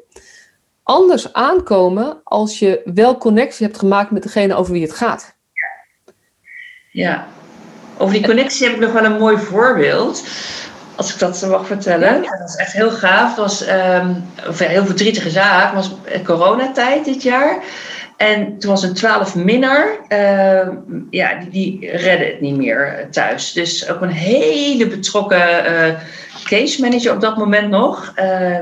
anders aankomen als je wel connectie hebt gemaakt met degene over wie het gaat. Ja, over die connectie heb ik nog wel een mooi voorbeeld. Als ik dat mag vertellen. Ja. Dat was echt heel gaaf. Het was um, een heel verdrietige zaak. Het was coronatijd dit jaar. En toen was een twaalf-minnaar. Uh, ja, die, die redde het niet meer thuis. Dus ook een hele betrokken uh, case manager op dat moment nog. Uh,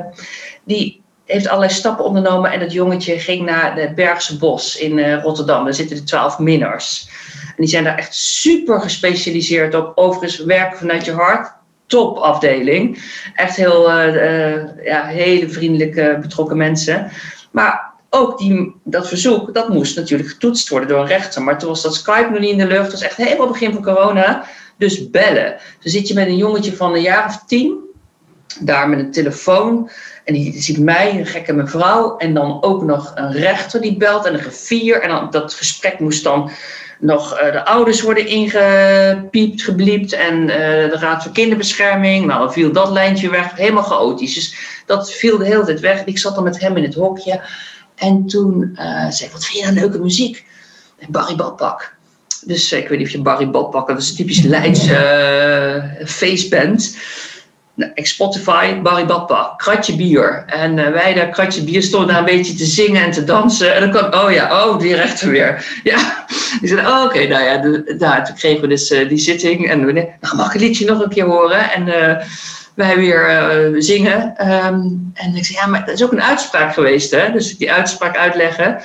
die heeft allerlei stappen ondernomen. En dat jongetje ging naar de Bergse Bos in uh, Rotterdam. Daar zitten de twaalf minners. En die zijn daar echt super gespecialiseerd op. Overigens werken vanuit je hart. Topafdeling. Echt heel, uh, uh, ja, hele vriendelijke, betrokken mensen. Maar ook die, dat verzoek, dat moest natuurlijk getoetst worden door een rechter. Maar toen was dat Skype nog niet in de lucht. Dat was echt helemaal begin van corona. Dus bellen. Dan zit je met een jongetje van een jaar of tien. Daar met een telefoon. En die ziet mij, een gekke mevrouw. En dan ook nog een rechter die belt. En een griffier. En dan, dat gesprek moest dan nog uh, de ouders worden ingepiept, gebliept en uh, de Raad voor Kinderbescherming. Nou, dan viel dat lijntje weg, helemaal chaotisch. Dus dat viel de hele tijd weg. Ik zat dan met hem in het hokje. En toen uh, zei ik, wat vind je nou leuke muziek? Barry Badpak. Dus uh, ik weet niet of je Barry Badpak, dat is een typisch Leidse uh, feestband. Nou, ik Spotify, Barry Badpak, kratje bier. En uh, wij daar, kratje bier, stonden daar een beetje te zingen en te dansen. En dan kwam, oh ja, oh, die rechter weer. Ja, die zeiden, oh, oké, okay, nou ja, de, nou, toen kregen we dus uh, die zitting. En we nou, mag ik een liedje nog een keer horen? En uh, wij weer uh, zingen. Um, en ik zei, ja, maar dat is ook een uitspraak geweest, hè? Dus die uitspraak uitleggen.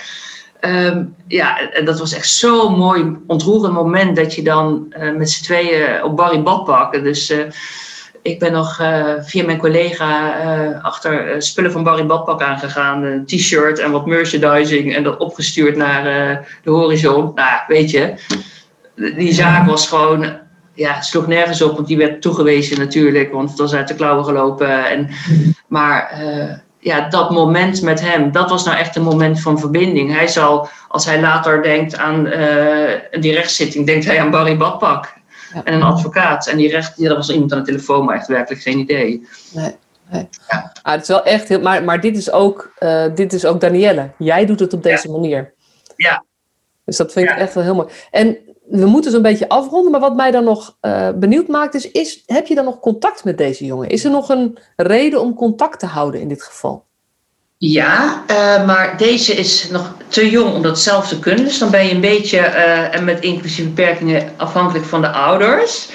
Um, ja, en dat was echt zo'n mooi, ontroerend moment dat je dan uh, met z'n tweeën op Barry Badpak. Dus uh, ik ben nog uh, via mijn collega uh, achter uh, spullen van Barry Badpak aangegaan. Een t-shirt en wat merchandising en dat opgestuurd naar uh, de horizon. Nou, weet je, die zaak was gewoon, ja, sloeg nergens op, want die werd toegewezen natuurlijk, want het was uit de klauwen gelopen. En, maar uh, ja, dat moment met hem, dat was nou echt een moment van verbinding. Hij zal, als hij later denkt aan uh, die rechtszitting, denkt hij aan Barry Badpak ja. en een advocaat. En die recht, ja, dat was iemand aan de telefoon, maar echt werkelijk geen idee. Nee. Nee. Ja. Ah, het is wel echt heel, maar, maar dit is ook, uh, dit is ook Danielle. Jij doet het op deze ja. manier. Ja. Dus dat vind ik ja. echt wel heel mooi. En we moeten zo'n beetje afronden, maar wat mij dan nog uh, benieuwd maakt is, is, heb je dan nog contact met deze jongen? Is er nog een reden om contact te houden in dit geval? Ja, uh, maar deze is nog te jong om dat zelf te kunnen. Dus dan ben je een beetje, uh, en met inclusieve beperkingen, afhankelijk van de ouders.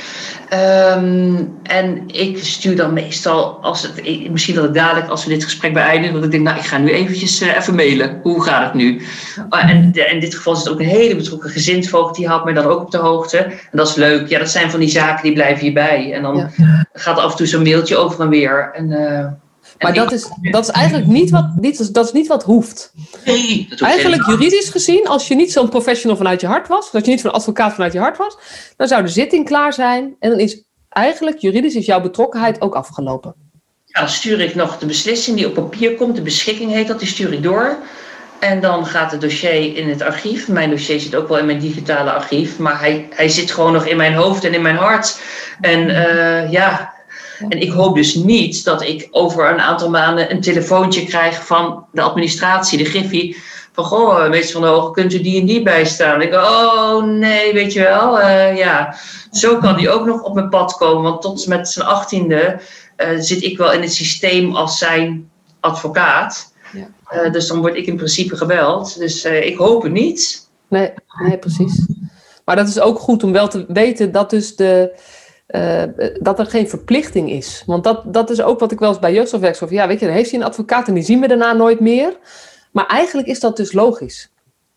Um, en ik stuur dan meestal, als het, misschien dat ik dadelijk als we dit gesprek beëindigen, dat ik denk, nou ik ga nu eventjes uh, even mailen. Hoe gaat het nu? Uh, en de, in dit geval is het ook een hele betrokken gezinsvoogd, die houdt mij dan ook op de hoogte. En dat is leuk. Ja, dat zijn van die zaken die blijven hierbij. En dan ja. gaat af en toe zo'n mailtje over en weer. En, uh, maar dat is, dat is eigenlijk niet wat, niet, dat is niet wat hoeft. Nee, dat hoeft eigenlijk juridisch gezien, als je niet zo'n professional vanuit je hart was, als je niet zo'n advocaat vanuit je hart was, dan zou de zitting klaar zijn en dan is eigenlijk juridisch is jouw betrokkenheid ook afgelopen. Ja, dan stuur ik nog de beslissing die op papier komt, de beschikking heet dat, die stuur ik door. En dan gaat het dossier in het archief. Mijn dossier zit ook wel in mijn digitale archief, maar hij, hij zit gewoon nog in mijn hoofd en in mijn hart. En uh, ja... En ik hoop dus niet dat ik over een aantal maanden een telefoontje krijg van de administratie, de Griffie. Van, goh, meester Van der Hogen, kunt u die en die bijstaan? Ik oh nee, weet je wel. Uh, ja, zo kan die ook nog op mijn pad komen. Want tot met zijn achttiende uh, zit ik wel in het systeem als zijn advocaat. Ja. Uh, dus dan word ik in principe gebeld. Dus uh, ik hoop het niet. Nee, nee, precies. Maar dat is ook goed om wel te weten dat dus de... Uh, dat er geen verplichting is. Want dat, dat is ook wat ik wel eens bij jeugdzorgwerkers... Ja, weet je, dan heeft hij een advocaat en die zien we daarna nooit meer. Maar eigenlijk is dat dus logisch.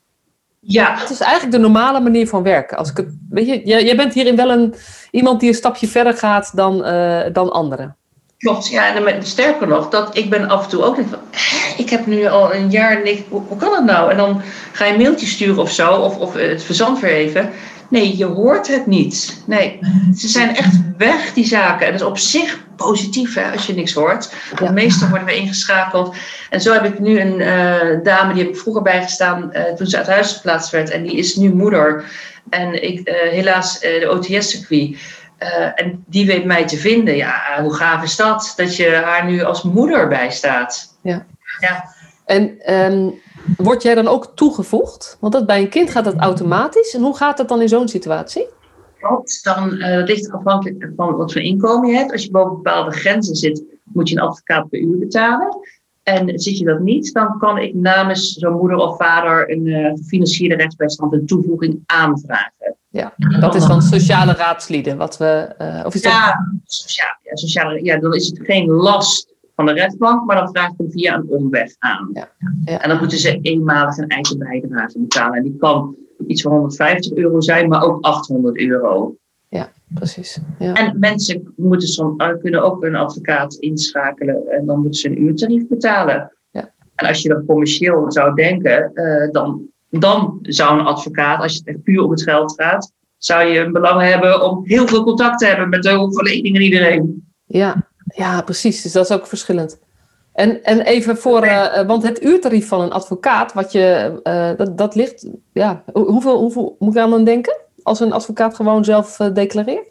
Ja. Het is eigenlijk de normale manier van werken. Als ik het, weet je, jij, jij bent hierin wel een, iemand die een stapje verder gaat dan, uh, dan anderen. Klopt, ja. En sterker nog, dat ik ben af en toe ook... Denk van, ik heb nu al een jaar... En ik, hoe, hoe kan dat nou? En dan ga je een mailtje sturen of zo, of, of het verzand weer even... Nee, je hoort het niet. Nee, ze zijn echt weg, die zaken. En dat is op zich positief, hè, als je niks hoort. Ja. Meestal worden we ingeschakeld. En zo heb ik nu een uh, dame, die heb ik vroeger bijgestaan... Uh, toen ze uit huis geplaatst werd. En die is nu moeder. En ik, uh, helaas uh, de O T S-circuit. Uh, en die weet mij te vinden. Ja, hoe gaaf is dat? Dat je haar nu als moeder bijstaat. Ja. Ja. En... Um... Word jij dan ook toegevoegd? Want dat, bij een kind gaat dat automatisch. En hoe gaat dat dan in zo'n situatie? Klopt, dan uh, ligt het afhankelijk van wat voor inkomen je hebt. Als je boven bepaalde grenzen zit, moet je een advocaat per uur betalen. En zit je dat niet, dan kan ik namens zo'n moeder of vader een uh, gefinancierde rechtsbijstand, een toevoeging aanvragen. Ja, dat is dan sociale raadslieden. Wat we, uh, of is dat... Ja, sociale, ja, sociale, ja, dan is het geen last van de rechtbank, maar dan vraag ik hem via een omweg aan. Ja, ja. En dan moeten ze eenmalig een eigen bijdrage betalen. En die kan iets van honderdvijftig euro zijn, maar ook achthonderd euro. Ja, precies. Ja. En mensen moeten soms, kunnen ook een advocaat inschakelen en dan moeten ze een uurtarief betalen. Ja. En als je dat commercieel zou denken, uh, dan, dan zou een advocaat, als je het echt puur om het geld gaat, zou je een belang hebben om heel veel contact te hebben met de hulpverlening en iedereen. Ja. Ja, precies. Dus dat is ook verschillend. En, en even voor, uh, want het uurtarief van een advocaat, wat je, uh, dat, dat ligt, ja, hoeveel, hoeveel moet ik aan dan denken? Als een advocaat gewoon zelf uh, declareert?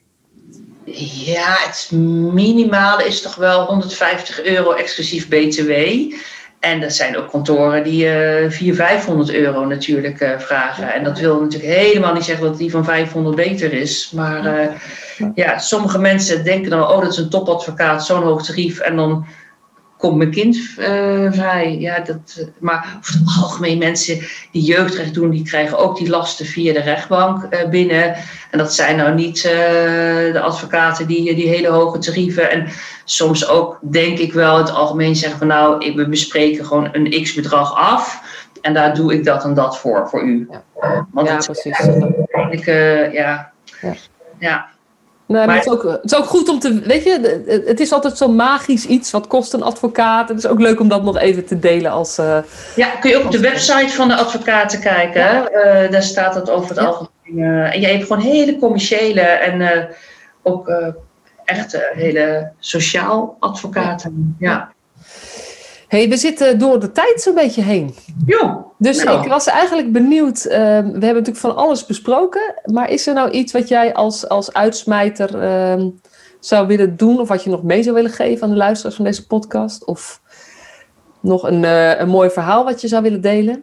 Ja, het minimale is toch wel honderdvijftig euro exclusief B T W. En er zijn ook kantoren die uh, vierhonderd, vijfhonderd euro natuurlijk uh, vragen. En dat wil natuurlijk helemaal niet zeggen dat die van vijfhonderd beter is. Maar uh, ja, sommige mensen denken dan, oh dat is een topadvocaat, zo'n hoog tarief. En dan komt mijn kind uh, vrij. Ja, dat, maar over het algemeen mensen die jeugdrecht doen, die krijgen ook die lasten via de rechtbank uh, binnen. En dat zijn nou niet uh, de advocaten die die hele hoge tarieven. En soms ook, denk ik wel, in het algemeen zeggen van nou, we bespreken gewoon een x-bedrag af. En daar doe ik dat en dat voor, voor u. Ja, Want ja het, precies. Eigenlijk, uh, ja, ja. ja. Nee, maar het, is ook, het is ook goed om te... Weet je, het is altijd zo'n magisch iets. Wat kost een advocaat? Het is ook leuk om dat nog even te delen als... Uh, ja, kun je ook op de website van de advocaten kijken. Ja. Uh, daar staat dat over het ja. algemeen Uh, en jij hebt gewoon hele commerciële en uh, ook uh, echt uh, hele sociaal advocaten. Ja. ja. Hey, we zitten door de tijd zo'n beetje heen. Jo, dus nou. Ik was eigenlijk benieuwd. Uh, we hebben natuurlijk van alles besproken. Maar is er nou iets wat jij als, als uitsmijter uh, zou willen doen? Of wat je nog mee zou willen geven aan de luisteraars van deze podcast? Of nog een, uh, een mooi verhaal wat je zou willen delen?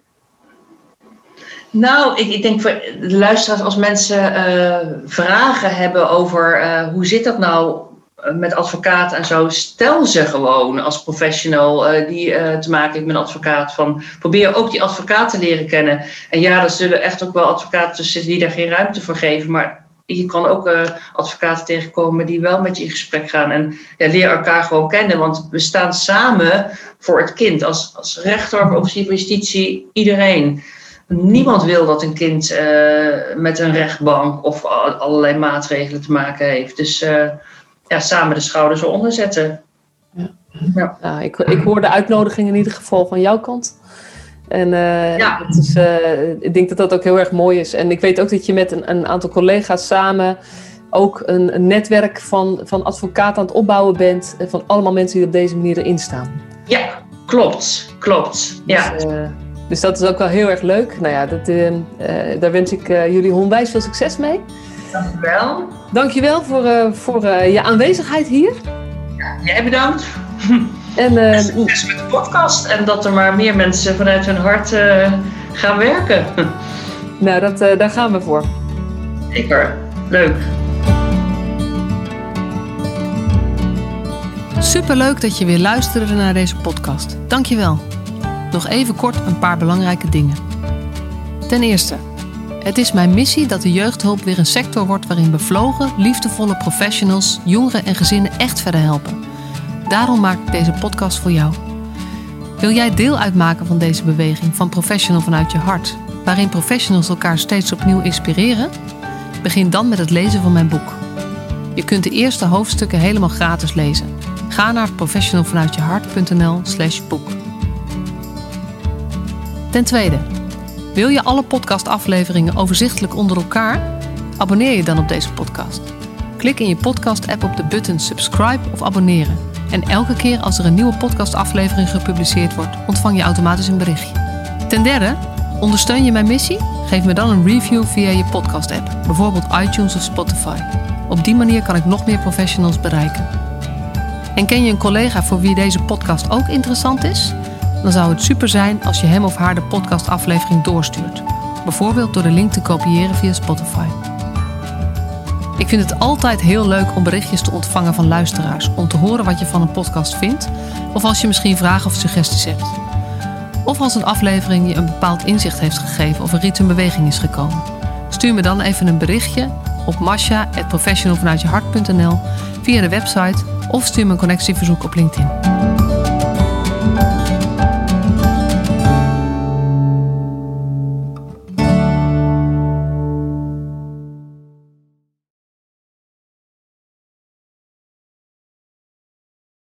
Nou, ik, ik denk voor de luisteraars, als mensen uh, vragen hebben over uh, hoe zit dat nou met advocaten en zo, stel ze gewoon als professional uh, die uh, te maken heeft met een advocaat. Van, probeer ook die advocaat te leren kennen. En ja, er zullen echt ook wel advocaten tussen zitten die daar geen ruimte voor geven. Maar je kan ook uh, advocaten tegenkomen die wel met je in gesprek gaan. En ja, leer elkaar gewoon kennen. Want we staan samen voor het kind. Als, als rechter of officier van justitie, iedereen. Niemand wil dat een kind uh, met een rechtbank of allerlei maatregelen te maken heeft. Dus uh, ja, samen de schouders eronder zetten. Ja. Ja. Nou, ik, ik hoor de uitnodiging in ieder geval van jouw kant. En uh, ja. het is, uh, ik denk dat dat ook heel erg mooi is. En ik weet ook dat je met een, een aantal collega's samen ook een, een netwerk van, van advocaten aan het opbouwen bent. En van allemaal mensen die op deze manier erin staan. Ja, klopt. Klopt. Ja. Dus, uh, dus dat is ook wel heel erg leuk. Nou ja, dat, uh, uh, daar wens ik uh, jullie onwijs veel succes mee. Dankjewel. Dankjewel voor, uh, voor uh, je aanwezigheid hier. Ja, jij bedankt. En, uh, succes met de podcast. En dat er maar meer mensen vanuit hun hart uh, gaan werken. Nou, dat, uh, daar gaan we voor. Zeker. Leuk. Superleuk dat je weer luisterde naar deze podcast. Dankjewel. Nog even kort een paar belangrijke dingen. Ten eerste, het is mijn missie dat de jeugdhulp weer een sector wordt waarin bevlogen, liefdevolle professionals, jongeren en gezinnen echt verder helpen. Daarom maak ik deze podcast voor jou. Wil jij deel uitmaken van deze beweging van Professional vanuit je hart, waarin professionals elkaar steeds opnieuw inspireren? Begin dan met het lezen van mijn boek. Je kunt de eerste hoofdstukken helemaal gratis lezen. Ga naar professionalvanuitjehart.nl slash boek. Ten tweede, wil je alle podcastafleveringen overzichtelijk onder elkaar? Abonneer je dan op deze podcast. Klik in je podcast-app op de button subscribe of abonneren. En elke keer als er een nieuwe podcastaflevering gepubliceerd wordt, ontvang je automatisch een berichtje. Ten derde, ondersteun je mijn missie? Geef me dan een review via je podcast-app, bijvoorbeeld iTunes of Spotify. Op die manier kan ik nog meer professionals bereiken. En ken je een collega voor wie deze podcast ook interessant is? Dan zou het super zijn als je hem of haar de podcastaflevering doorstuurt. Bijvoorbeeld door de link te kopiëren via Spotify. Ik vind het altijd heel leuk om berichtjes te ontvangen van luisteraars. Om te horen wat je van een podcast vindt. Of als je misschien vragen of suggesties hebt. Of als een aflevering je een bepaald inzicht heeft gegeven of er iets in beweging is gekomen. Stuur me dan even een berichtje op masha at professionalvanuitjehart punt n l via de website of stuur me een connectieverzoek op LinkedIn.